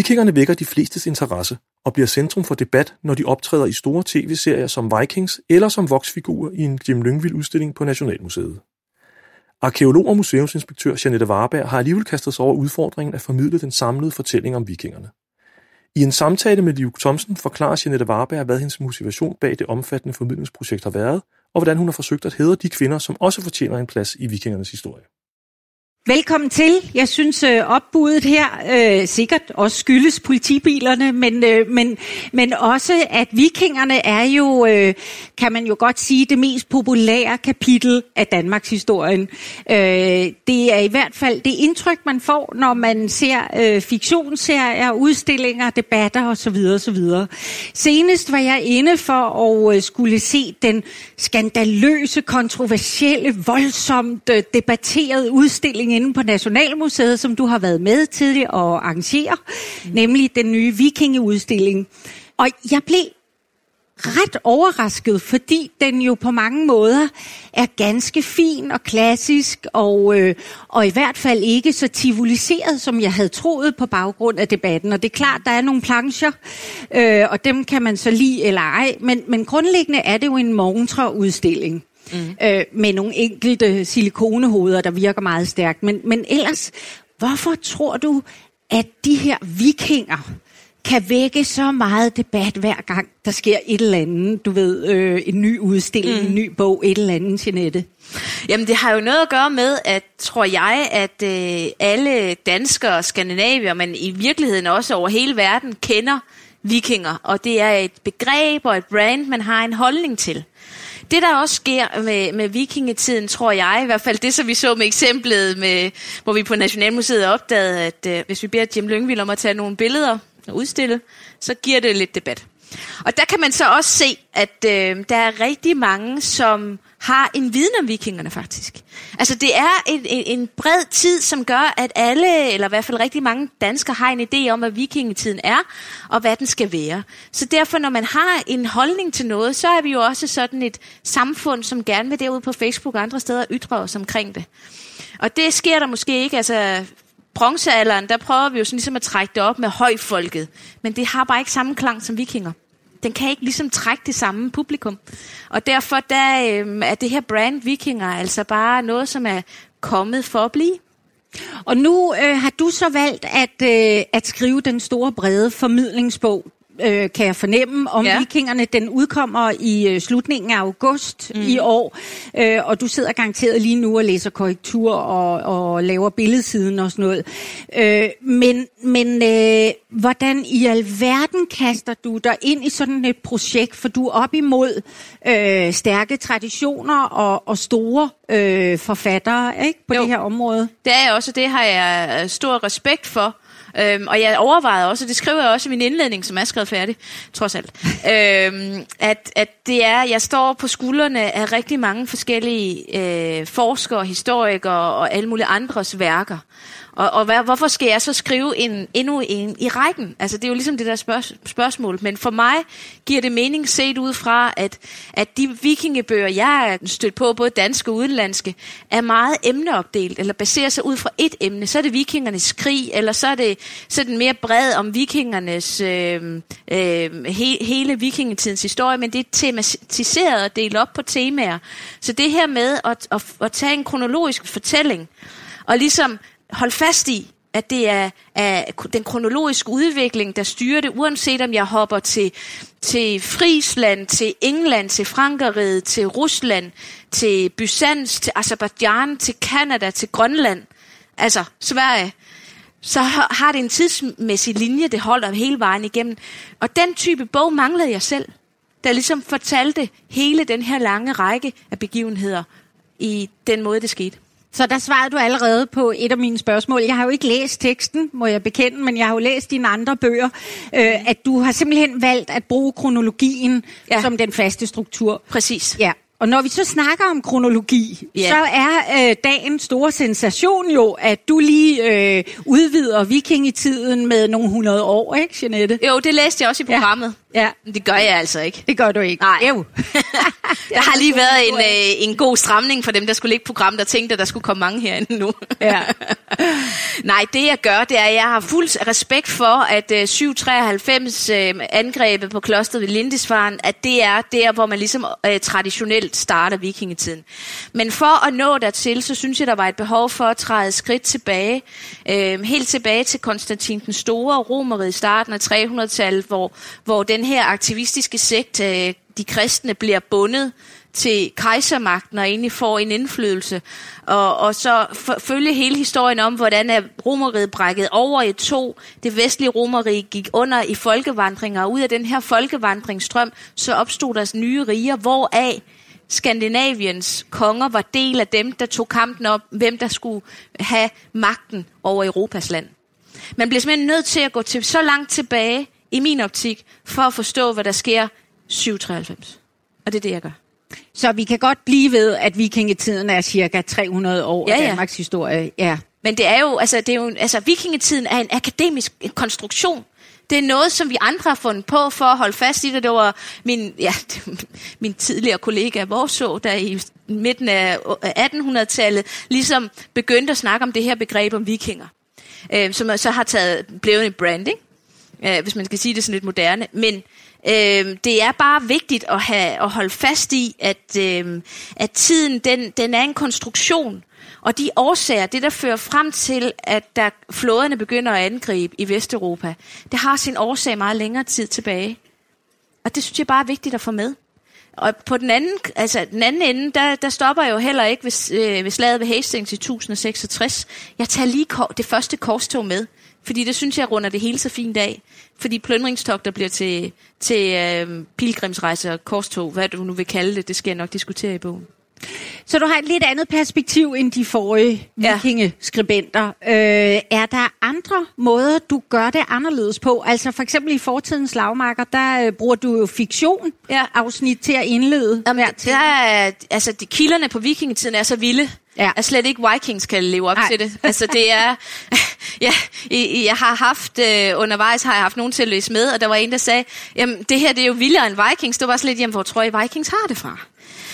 Vikingerne vækker de flestes interesse og bliver centrum for debat, når de optræder i store tv-serier som Vikings eller som voksfigurer i en Jim Lyngvild-udstilling på Nationalmuseet. Arkæolog og museumsinspektør Jeanette Varberg har alligevel kastet sig over udfordringen at formidle den samlede fortælling om vikingerne. I en samtale med Liv Thomsen forklarer Jeanette Varberg, hvad hendes motivation bag det omfattende formidlingsprojekt har været, og hvordan hun har forsøgt at hædre de kvinder, som også fortjener en plads i vikingernes historie. Velkommen til. Jeg synes opbuddet her sikkert også skyldes politibilerne, men også at vikingerne er jo, kan man jo godt sige, det mest populære kapitel af Danmarks historien. Det er i hvert fald det indtryk, man får, når man ser fiktionsserier, udstillinger, debatter osv. osv. Senest var jeg inde for at skulle se den skandaløse, kontroversielle, voldsomt debatterede udstilling inde på Nationalmuseet, som du har været med til at arrangere, nemlig den nye vikingeudstilling. Og jeg blev ret overrasket, fordi den jo på mange måder er ganske fin og klassisk, og i hvert fald ikke så civiliseret, som jeg havde troet på baggrund af debatten. Og det er klart, der er nogle plancher, og dem kan man så lide eller ej, men grundlæggende er det jo en montre-udstilling. Med nogle enkelte silikonehoveder, der virker meget stærkt. Men ellers, hvorfor tror du, at de her vikinger kan vække så meget debat hver gang, der sker et eller andet, du ved, en ny udstilling, en ny bog, et eller andet, Jeanette? Jamen, det har jo noget at gøre med, at, tror jeg, at alle danskere og skandinavier, men i virkeligheden også over hele verden, kender vikinger. Og det er et begreb og et brand, man har en holdning til. Det, der også sker med vikingetiden, tror jeg, i hvert fald det, som vi så med eksemplet, hvor vi på Nationalmuseet opdagede, at hvis vi beder Jim Lyngvild om at tage nogle billeder og udstille, så giver det lidt debat. Og der kan man så også se, at der er rigtig mange, som har en viden om vikingerne faktisk. Altså det er en bred tid, som gør, at alle, eller i hvert fald rigtig mange danskere, har en idé om, hvad vikingetiden er, og hvad den skal være. Så derfor, når man har en holdning til noget, så er vi jo også sådan et samfund, som gerne vil derude på Facebook og andre steder ytre os omkring det. Og det sker der måske ikke, altså bronzealderen, der prøver vi jo sådan ligesom at trække det op med højfolket, men det har bare ikke samme klang som vikinger. Den kan ikke ligesom trække det samme publikum. Og derfor er det her brand vikinger altså bare noget, som er kommet for at blive. Og nu har du så valgt at skrive den store, brede formidlingsbog, kan jeg fornemme, om vikingerne. Den udkommer i slutningen af august i år, og du sidder garanteret lige nu og læser korrektur og laver billedsiden og sådan noget. Men hvordan i alverden kaster du dig ind i sådan et projekt, for du er op imod stærke traditioner og store forfattere, ikke, på det her område? Det er jeg også, det har jeg stor respekt for. Og jeg overvejede også, og det skriver jeg også i min indledning, som er skrevet færdig, trods alt, at det er, jeg står på skuldrene af rigtig mange forskellige forskere, historikere og alle mulige andres værker. Og hvorfor skal jeg så skrive endnu en i rækken? Altså det er jo ligesom det der spørgsmål. Men for mig giver det mening set ud fra, at de vikingebøger, jeg er stødt på, både danske og udenlandske, er meget emneopdelt, eller baserer sig ud fra et emne. Så er det vikingernes krig, eller så er den mere bred om vikingernes hele vikingetidens historie, men det er tematiseret og delt op på temaer. Så det her med at tage en kronologisk fortælling, og ligesom hold fast i, at det er den kronologiske udvikling, der styrer det, uanset om jeg hopper til Friesland, til England, til Frankeriget, til Rusland, til Byzans, til Aserbajdsjan, til Kanada, til Grønland, altså Sverige, så har det en tidsmæssig linje, det holder hele vejen igennem. Og den type bog manglede jeg selv, der ligesom fortalte hele den her lange række af begivenheder i den måde, det skete. Så der svarede du allerede på et af mine spørgsmål. Jeg har jo ikke læst teksten, må jeg bekende, men jeg har jo læst dine andre bøger, at du har simpelthen valgt at bruge kronologien som den faste struktur. Præcis. Ja. Og når vi så snakker om kronologi, så er dagens store sensation jo, at du lige udvider vikingetiden med nogle 100 år, ikke, Jeanette? Jo, det læste jeg også i programmet. Ja. Det gør jeg altså ikke. Det gør du ikke. Nej. Der har lige været en god stramning for dem, der skulle ligge program, der tænkte, at der skulle komme mange herinde nu. Ja. Nej, det jeg gør, det er, at jeg har fuld respekt for, at 793 angrebet på klosteret ved Lindisfarne, at det er der, hvor man ligesom traditionelt starter vikingetiden. Men for at nå dertil, så synes jeg, der var et behov for at træde skridt tilbage. Helt tilbage til Konstantin den Store, Romerriget i starten af 300-tallet, hvor den her aktivistiske sekt, de kristne, bliver bundet til kejsermagten og egentlig får en indflydelse. Og så følge hele historien om, hvordan er Romerriget brækket over i to. Det vestlige Romerrige gik under i folkevandringer, og ud af den her folkevandringsstrøm, så opstod der nye riger, hvoraf Skandinaviens konger var del af dem, der tog kampen om, hvem der skulle have magten over Europas land. Man bliver simpelthen nødt til at gå til så langt tilbage, i min optik, for at forstå, hvad der sker 793. Og det er det, jeg gør. Så vi kan godt blive ved, at vikingetiden er cirka 300 år af Danmarks historie. Ja. Men det er jo, vikingetiden er en akademisk konstruktion. Det er noget, som vi andre har fundet på for at holde fast i det. Det var min tidligere kollega Vorså, der i midten af 1800-tallet ligesom begyndte at snakke om det her begreb om vikinger. Som så har blevet en branding, hvis man skal sige det sådan lidt moderne. Men det er bare vigtigt at holde fast i, at tiden den er en konstruktion. Og de årsager, det der fører frem til, at flåderne begynder at angribe i Vesteuropa, det har sin årsag meget længere tid tilbage. Og det synes jeg bare er vigtigt at få med. Og på den anden ende, der stopper jeg jo heller ikke ved slaget ved Hastings i 1066. Jeg tager lige det første korstog med, fordi det synes jeg runder det hele så fint af. Fordi plyndringstogter bliver til pilgrimsrejser og korstog, hvad du nu vil kalde det skal jeg nok diskutere i bogen. Så du har et lidt andet perspektiv end de forrige vikingeskribenter. Er der andre måder, du gør det anderledes på? Altså for eksempel i fortidens slagmarker, der bruger du jo fiktion-afsnit til at indlede. De kilderne på vikingetiden er så vilde, at slet ikke Vikings kan leve op til det. Altså det er... jeg har haft... undervejs har jeg haft nogen til at læse med, og der var en, der sagde, jamen det her det er jo vildere end Vikings. Det var slet jamen, hvor tror jeg Vikings har det fra?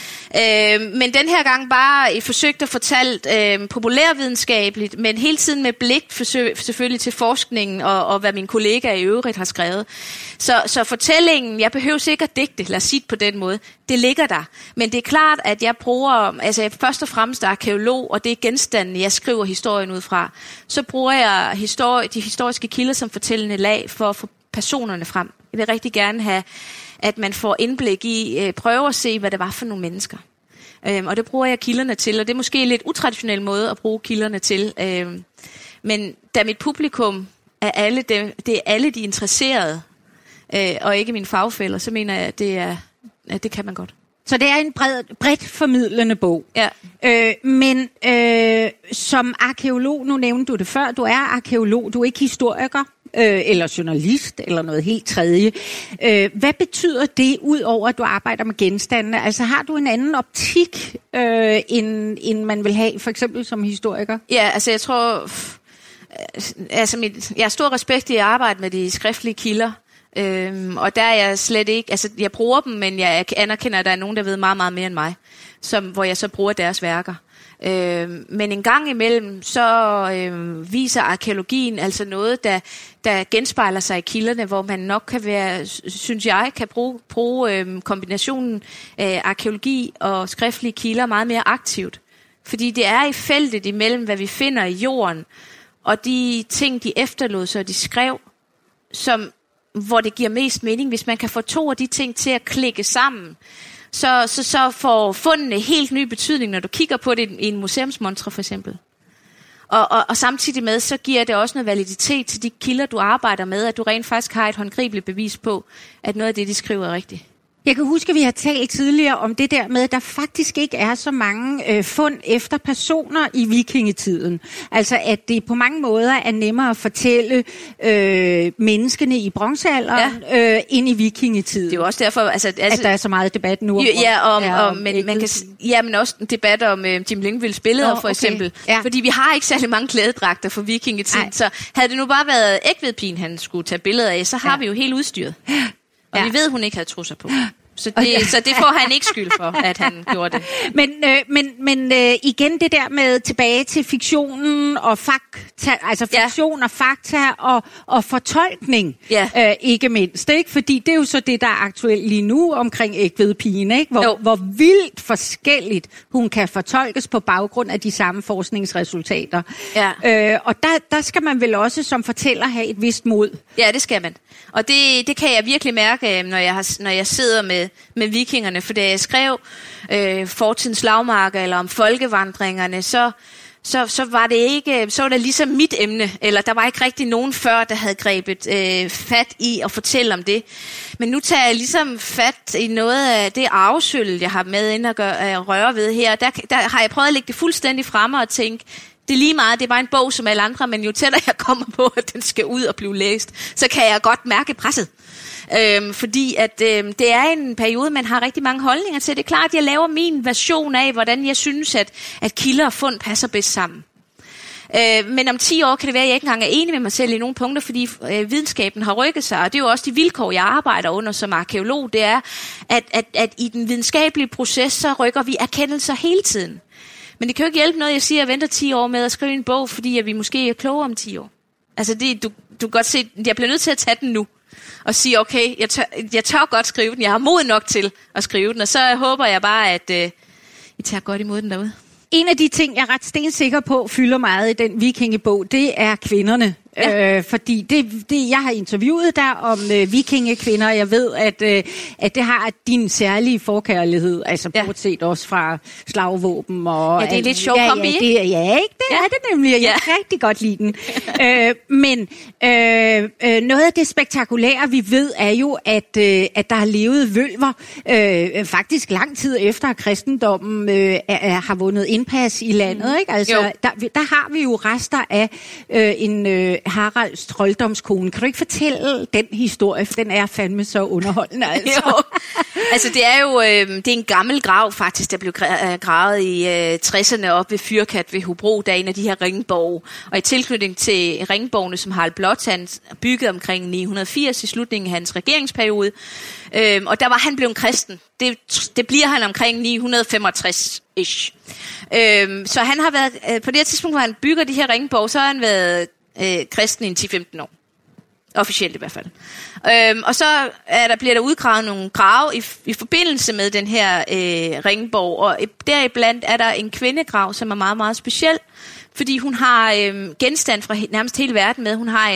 Men den her gang bare i forsøgt at fortælle populærvidenskabeligt, men hele tiden med blik selvfølgelig til forskningen og hvad mine kollegaer i øvrigt har skrevet. Så fortællingen, jeg behøver sikkert digte, lad os sige på den måde, det ligger der. Men det er klart, at jeg bruger, jeg først og fremmest arkeolog, og det er genstanden, jeg skriver historien ud fra. Så bruger jeg de historiske kilder som fortællende lag for at få personerne frem. Jeg vil rigtig gerne have, at man får indblik i, prøve at se, hvad det var for nogle mennesker. Og det bruger jeg kilderne til, og det er måske en lidt utraditionel måde at bruge kilderne til. Men da mit publikum er det er alle de interesserede, og ikke mine fagfæller, så mener jeg, at det kan man godt. Så det er en bredt formidlende bog. Ja. Men som arkeolog, nu nævnte du det før, du er arkeolog, du er ikke historiker. Eller journalist, eller noget helt tredje. Hvad betyder det, ud over at du arbejder med genstandene? Altså har du en anden optik, end man vil have, for eksempel som historiker? Ja, altså jeg tror... jeg har stor respekt i at arbejde med de skriftlige kilder. Og der er jeg slet ikke... Altså jeg bruger dem, men jeg anerkender, at der er nogen, der ved meget, meget mere end mig. Hvor jeg så bruger deres værker. Men en gang imellem, så viser arkeologien altså noget, der genspejler sig i kilderne, hvor man nok kan være, synes jeg, kan bruge kombinationen af arkeologi og skriftlige kilder meget mere aktivt. Fordi det er i feltet imellem, hvad vi finder i jorden, og de ting, de efterlod sig, og de skrev, hvor det giver mest mening, hvis man kan få to af de ting til at klikke sammen. Så får fundene helt ny betydning, når du kigger på det i en museumsmontre for eksempel. Og samtidig med, så giver det også noget validitet til de kilder, du arbejder med, at du rent faktisk har et håndgribeligt bevis på, at noget af det, de skriver, er rigtigt. Jeg kan huske, at vi har talt tidligere om det der med, at der faktisk ikke er så mange fund efter personer i vikingetiden. Altså, at det på mange måder er nemmere at fortælle menneskene i bronzealderen ind i vikingetiden. Det er jo også derfor, at der er så meget debat nu. Men også en debat om Jim Lyngvilds billeder, for eksempel. Ja. Fordi vi har ikke særlig mange klædedragter for vikingetiden. Så havde det nu bare været ægvedpigen, han skulle tage billeder af, så har vi jo helt udstyret. Og vi ved, hun ikke havde trusser på. Så det får han ikke skyld for, at han gjorde det. Men igen det der med tilbage til fiktionen og fakta, altså fiktion og fakta og fortolkning, ikke mindst, ikke? Fordi det er jo så det, der er aktuelt lige nu omkring ægvedpigen, ikke? Hvor vildt forskelligt hun kan fortolkes på baggrund af de samme forskningsresultater. Ja. Og der skal man vel også som fortæller have et vist mod. Ja, det skal man. Og det kan jeg virkelig mærke, når jeg sidder med vikingerne. For da jeg skrev Fortidens slagmarker eller om folkevandringerne, så var det ikke, så var det ligesom mit emne, eller der var ikke rigtig nogen før, der havde grebet fat i at fortælle om det. Men nu tager jeg ligesom fat i noget af det arvesølv, jeg har med ind at røre ved her. Der har jeg prøvet at lægge det fuldstændig fremme og tænke, det er lige meget, det er bare en bog som alle andre, men jo tættere jeg kommer på, at den skal ud og blive læst, så kan jeg godt mærke presset. Fordi at det er en periode, man har rigtig mange holdninger til. Det er klart, at jeg laver min version af, hvordan jeg synes, at kilder og fund passer bedst sammen. Men om 10 år kan det være, at jeg ikke engang er enig med mig selv i nogle punkter, fordi videnskaben har rykket sig, og det er jo også de vilkår, jeg arbejder under som arkeolog, det er, at i den videnskabelige proces, så rykker vi erkendelser hele tiden. Men det kan jo ikke hjælpe noget, jeg siger, at jeg venter 10 år med at skrive en bog, fordi vi måske er klogere om 10 år. Altså du kan godt se, jeg bliver nødt til at tage den nu. Og sige, okay, jeg tør godt skrive den. Jeg har mod nok til at skrive den. Og så håber jeg bare, at I tager godt imod den derude. En af de ting, jeg er ret stensikker på, fylder meget i den vikingebog, det er kvinderne. Ja. Fordi det, jeg har interviewet der om vikingekvinder, jeg ved, at det har din særlige forkærlighed, altså bortset også fra slagvåben. Og det er lidt sjov kombi. Ikke? Det er det nemlig, og jeg kan rigtig godt lide den. Men noget af det spektakulære, vi ved, er jo, at der har levet vølver faktisk lang tid efter, at kristendommen har vundet indpas i landet. Ikke? Altså, der har vi jo rester af en Haralds trolddomskone. Kan du ikke fortælle den historie, for den er fandme så underholdende? Altså. Jo. Altså det er jo det er en gammel grav faktisk, der blev gravet i 60'erne op ved Fyrkat ved Hobro, der er en af de her ringborge. Og i tilknytning til ringborgene, som Harald Blåtand byggede omkring 980 i slutningen af hans regeringsperiode, og der var han blevet kristen. Det bliver han omkring 965-ish. Så han har været, på det tidspunkt, hvor han bygger de her ringborge, så har han været kristen i 10-15 år. Officielt i hvert fald. Og så bliver der udgravet nogle grave i forbindelse med den her ringborg, og deriblandt er der en kvindegrav, som er meget, meget speciel, fordi hun har genstand fra nærmest hele verden med. Hun har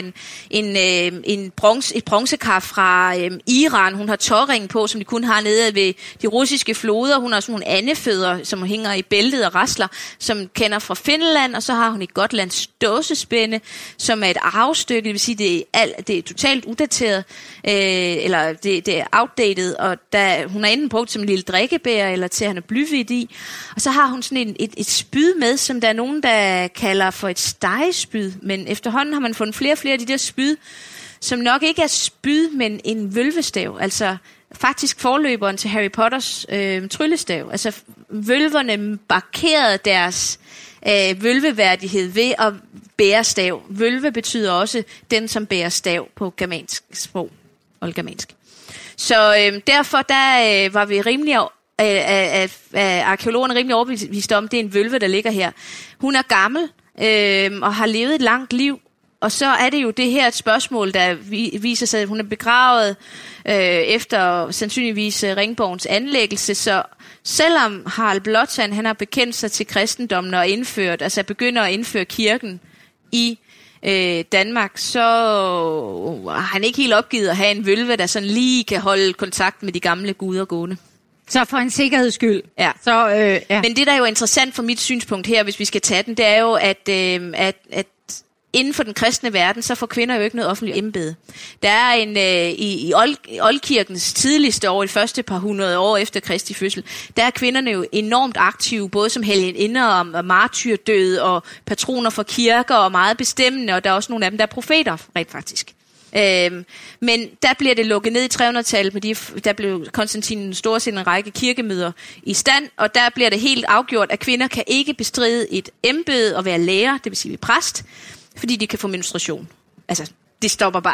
et bronzekar fra Iran. Hun har tårringen på, som de kun har nede ved de russiske floder. Hun har sådan nogle andefødder, som hænger i bæltet og rasler, som kender fra Finland. Og så har hun et gotlands dåsespænde, som er et arvestykke. Det vil sige, det er totalt udateret, eller det er outdated. Og hun har enten brugt som en lille drikkebær, eller til at han er blyvidt i. Og så har hun sådan et spyd med, som der er nogen, der kalder for et stegespyd, men efterhånden har man fundet flere og flere af de der spyd, som nok ikke er spyd, men en vølvestav, altså faktisk forløberen til Harry Potters tryllestav. Altså vølverne markerede deres vølveværdighed ved at bære stav. Vølve betyder også den, som bærer stav på germansk sprog, oldgermansk. Så derfor der var vi rimelig arkeologerne rimelig overbevist om, det er en vølve, der ligger her. Hun er gammel og har levet et langt liv, og så er det jo det her et spørgsmål, der viser sig, at hun er begravet efter sandsynligvis ringborgens anlæggelse, så selvom Harald Blåtand, han har bekendt sig til kristendommen og begynder at indføre kirken i Danmark, så har han ikke helt opgivet at have en vølve, der sådan lige kan holde kontakt med de gamle guder gående. Så for en sikkerheds skyld. Ja. Så, Men det, der er jo interessant fra mit synspunkt her, hvis vi skal tage den, det er jo, at inden for den kristne verden, så får kvinder jo ikke noget offentligt embede. Der er i oldkirkens tidligste år, de første par hundrede år efter Kristi fødsel, der er kvinderne jo enormt aktive, både som helgeninder og martyrdød og patroner for kirker og meget bestemmende, og der er også nogle af dem, der er profeter, rent faktisk. Men der bliver det lukket ned i 300-tallet, der blev Konstantin den Store sendt en række kirkemøder i stand, og der bliver det helt afgjort, at kvinder kan ikke bestride et embede og være lærer, det vil sige præst, fordi de kan få menstruation. Altså, det stopper bare, altså,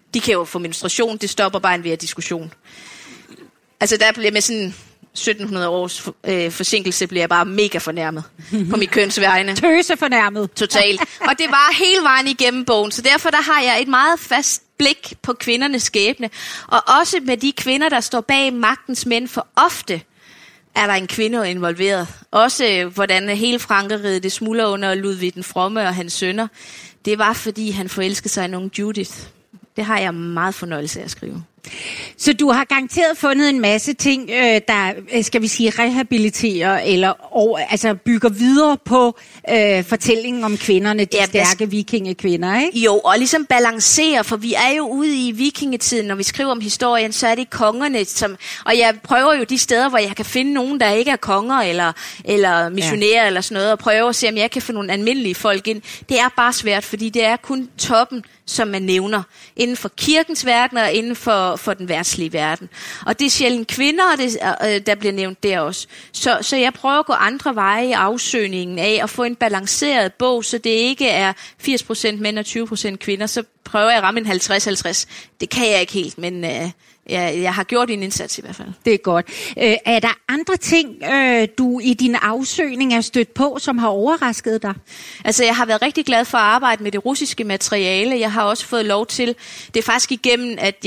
De kan jo få menstruation, det stopper bare en ved diskussion. Altså der bliver med sådan 1700 års forsinkelse, bliver jeg bare mega fornærmet på mit køns vegne. Tøse fornærmet. Totalt. Og det var hele vejen igennem bogen, så derfor der har jeg et meget fast blik på kvindernes skæbne, og også med de kvinder, der står bag magtens mænd, for ofte er der en kvinde involveret. Også hvordan hele Frankerriget, det smuldrer under Ludvig den Fromme og hans sønner. Det var, fordi han forelskede sig i nogen Judith. Det har jeg meget fornøjelse af at skrive. Så du har garanteret fundet en masse ting, der, skal vi sige, rehabiliterer eller bygger videre på fortællingen om kvinderne, de stærke vikingekvinder, ikke? Jo, og ligesom balancerer, for vi er jo ude i vikingetiden, når vi skriver om historien, så er det kongerne, og jeg prøver jo de steder, hvor jeg kan finde nogen, der ikke er konger eller missionærer eller sådan noget, og prøver at se, om jeg kan få nogle almindelige folk ind. Det er bare svært, fordi det er kun toppen, som man nævner, inden for kirkens verden og inden for den verdslige verden. Og det er sjældent kvinder, der bliver nævnt der også. Så jeg prøver at gå andre veje i afsøgningen af at få en balanceret bog, så det ikke er 80% mænd og 20% kvinder. Så prøver jeg at ramme en 50-50. Det kan jeg ikke helt, men jeg har gjort en indsats i hvert fald. Det er godt. Er der andre ting, du i din afsøgning er stødt på, som har overrasket dig? Altså, jeg har været rigtig glad for at arbejde med det russiske materiale. Jeg har også fået lov til, det er faktisk igennem, at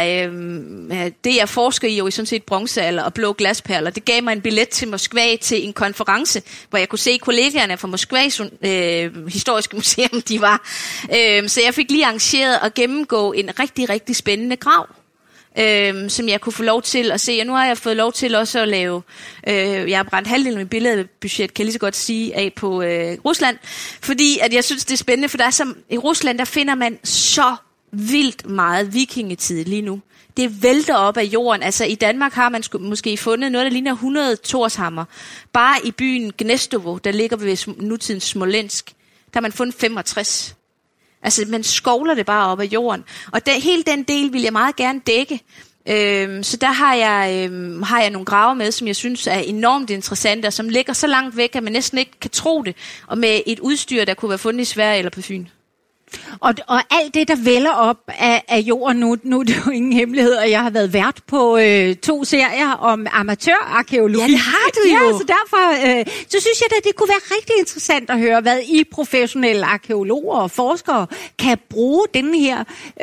jeg forsker i, jo i sådan set bronzealder og blå glasperler, det gav mig en billet til Moskva til en konference, hvor jeg kunne se kollegaerne fra Moskvas historiske museum, de var. Så jeg fik lige arrangeret at gennemgå en rigtig, rigtig spændende grav, som jeg kunne få lov til at se. Og nu har jeg fået lov til også at lave, jeg har brændt halvdelen af mit billedbudget, kan jeg lige så godt sige, af på Rusland, fordi at jeg synes, det er spændende, for i Rusland, der finder man så vildt meget vikingetid lige nu. Det vælter op af jorden. Altså i Danmark har man måske fundet noget, der ligner 100 Thorshammer. Bare i byen Gnestovo, der ligger ved nutidens Smolensk, der har man fundet 65. Altså, man skovler det bare op af jorden. Og hele den del vil jeg meget gerne dække. Så der har jeg nogle grave med, som jeg synes er enormt interessante, og som ligger så langt væk, at man næsten ikke kan tro det. Og med et udstyr, der kunne være fundet i Sverige eller på Fyn. Og alt det, der vælger op af jorden nu er det jo ingen hemmelighed, og jeg har været vært på 2 serier om amatørarkæologi. Ja, det har du jo. Ja, så derfor så synes jeg, at det kunne være rigtig interessant at høre, hvad I professionelle arkeologer og forskere kan bruge denne her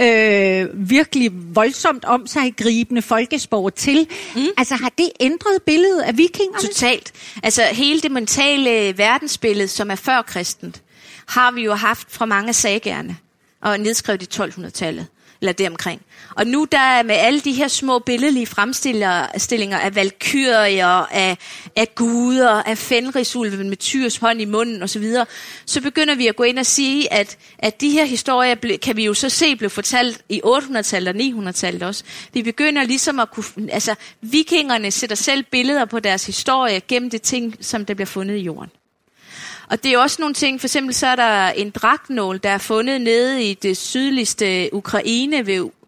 virkelig voldsomt om sig gribende folkesport til. Altså, har det ændret billedet af vikingerne? Totalt. Altså, hele det mentale verdensbillede, som er før kristent, har vi jo haft fra mange sagerne, og nedskrevet i 1200-tallet, eller deromkring. Og nu der med alle de her små billedlige fremstillinger af valkyrier, af guder, af fenrisulven med tyrs hånd i munden osv., så begynder vi at gå ind og sige, at de her historier kan vi jo så se blev fortalt i 800-tallet og 900-tallet også. Vi begynder ligesom at kunne, altså vikingerne sætter selv billeder på deres historie gennem det ting, som der bliver fundet i jorden. Og det er også nogle ting, for eksempel så er der en dragtnål, der er fundet nede i det sydligste Ukraine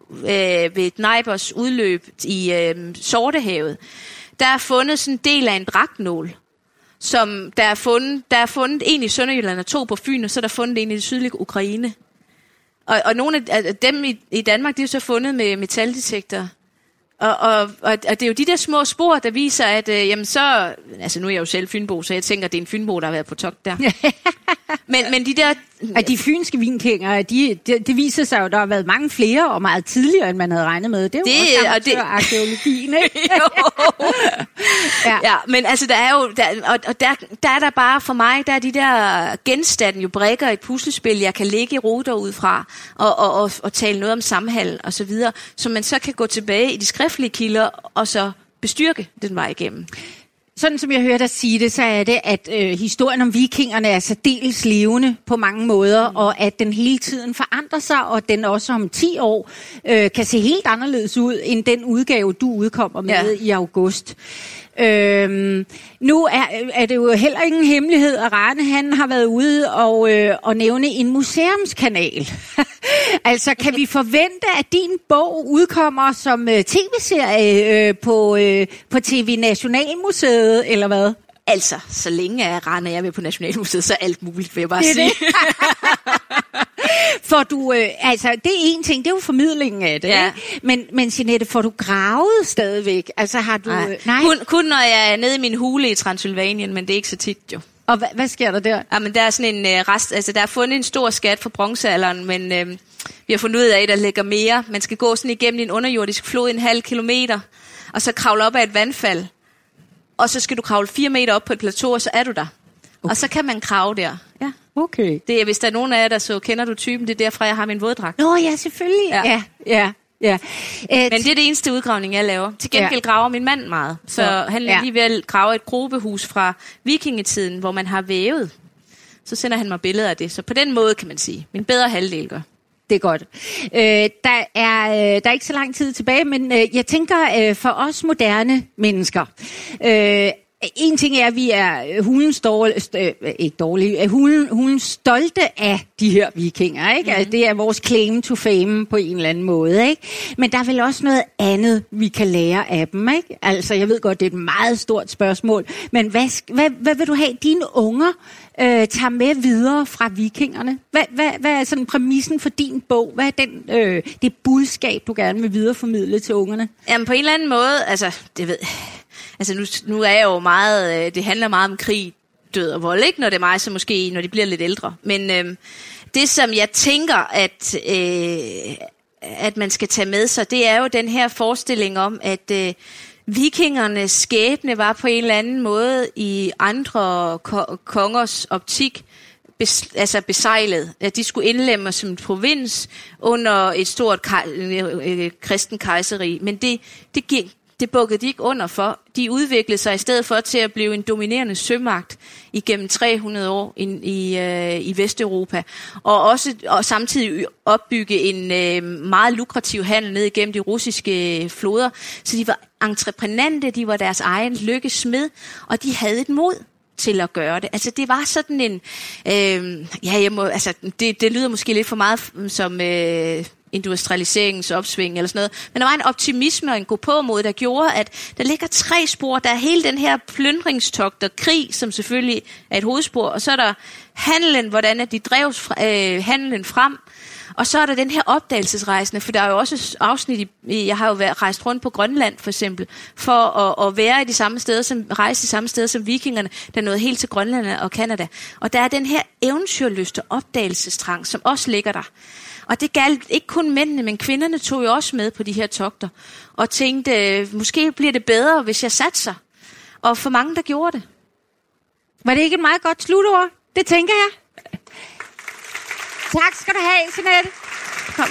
ved Dneprs udløb i Sortehavet. Der er fundet sådan en del af en dragtnål, som der er fundet en i Sønderjylland og 2 på Fyn, og så er der fundet en i det sydlige Ukraine. Og nogle af dem i Danmark, de er så fundet med metaldetektorer. Og det er jo de der små spor, der viser, at jamen så, altså nu er jeg jo selv fynbo, så jeg tænker, at det er en fynbo, der har været på togt der. men de der... Og de fynske vinkænger, det viser sig jo, der har været mange flere, og meget tidligere, end man havde regnet med. Det er jo også amatørarkæologien, ikke? Ja, men altså, der er jo, der er der bare for mig, der er de der genstande jo brikker i et puslespil, jeg kan lægge i ruter ud fra, og tale noget om samhandel og så videre, så man så kan gå tilbage i de skriftlige kilder, og så bestyrke den vej igennem. Sådan som jeg hørte dig sige det, så er det, at historien om vikingerne er særdeles levende på mange måder, og at den hele tiden forandrer sig, og den også om 10 år kan se helt anderledes ud, end den udgave, du udkommer med i august. Nu er det jo heller ingen hemmelighed, at Rane han har været ude og nævne en museumskanal. Altså, kan vi forvente, at din bog udkommer som tv-serie på TV Nationalmuseet, eller hvad? Altså, så længe Rane er med på Nationalmuseet, så alt muligt, vil jeg bare sige. For du, altså, det er en ting, det er jo formidlingen af det, ja. Men Jeanette, får du gravet stadigvæk? Altså, har du... Nej. Kun når jeg er nede i min hule i Transylvanien, men det er ikke så tit jo. Og hvad sker der der? Ja, men der er sådan en rest, altså der er fundet en stor skat fra bronzealderen, men vi har fundet ud af, at der ligger mere. Man skal gå sådan igennem en underjordisk flod 1,5 kilometer, og så kravle op ad et vandfald. Og så skal du kravle 4 meter op på et plateau, og så er du der. Okay. Og så kan man krave der. Ja. Okay. Det er, hvis der er nogen af jer, der så kender du typen, det er derfra, jeg har min våddragt. Nå ja, selvfølgelig. Ja. Men det er det eneste udgravning, jeg laver. Til gengæld graver min mand meget. Så han er lige ved at grave et grubehus fra vikingetiden, hvor man har vævet. Så sender han mig billeder af det. Så på den måde kan man sige, min bedre halvdel gør. Det er godt. Der er ikke så lang tid tilbage, men jeg tænker for os moderne mennesker. En ting er, at vi er hulens stolte af de her vikinger, ikke? Altså, det er vores claim to fame på en eller anden måde, ikke? Men der er vel også noget andet, vi kan lære af dem, ikke? Altså, jeg ved godt, det er et meget stort spørgsmål, men hvad vil du have, dine unger tager med videre fra vikingerne? Hvad er sådan præmissen for din bog? Hvad er det budskab, du gerne vil videreformidle til ungerne? Jamen, på en eller anden måde, altså, det ved... Altså nu er jeg jo meget, det handler meget om krig, død og vold, ikke? Når det er mig, så måske når de bliver lidt ældre. Men det, som jeg tænker, at man skal tage med sig, det er jo den her forestilling om, at vikingernes skæbne var på en eller anden måde i andre kongers optik besejlet, at de skulle indlemme som en provins under et stort kristen kejserrig. Men det bukkede de ikke under for. De udviklede sig i stedet for til at blive en dominerende sømagt igennem 300 år i Vesteuropa. Og samtidig opbygge en meget lukrativ handel ned igennem de russiske floder. Så de var entreprenante, de var deres egen lykkesmed, og de havde et mod til at gøre det. Altså det var sådan en... det lyder måske lidt for meget som... industrialiseringens opsving eller sådan noget. Men der var en optimisme og en gå-på-mod, der gjorde, at der ligger 3 spor. Der er hele den her plyndringstogt og krig, som selvfølgelig er et hovedspor, og så er der handelen, hvordan de drev handelen frem, og så er der den her opdagelsesrejsende, for der er jo også afsnit jeg har jo rejst rundt på Grønland for eksempel, for at være i de samme steder, rejse de samme steder som vikingerne, der nåede helt til Grønland og Kanada. Og der er den her eventyrlyst og opdagelsestrang, som også ligger der. Og det galt ikke kun mændene, men kvinderne tog jo også med på de her togter. Og tænkte, måske bliver det bedre, hvis jeg satser. Og for mange, der gjorde det. Var det ikke et meget godt slutord? Det tænker jeg. Tak skal du have, Jeanette. Kom.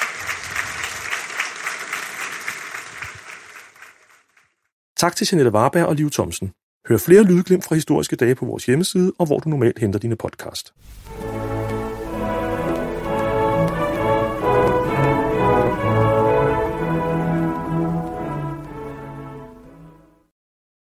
Tak til Jeanette Varberg og Liv Thomsen. Hør flere lydglimt fra historiske dage på vores hjemmeside, og hvor du normalt henter dine podcast.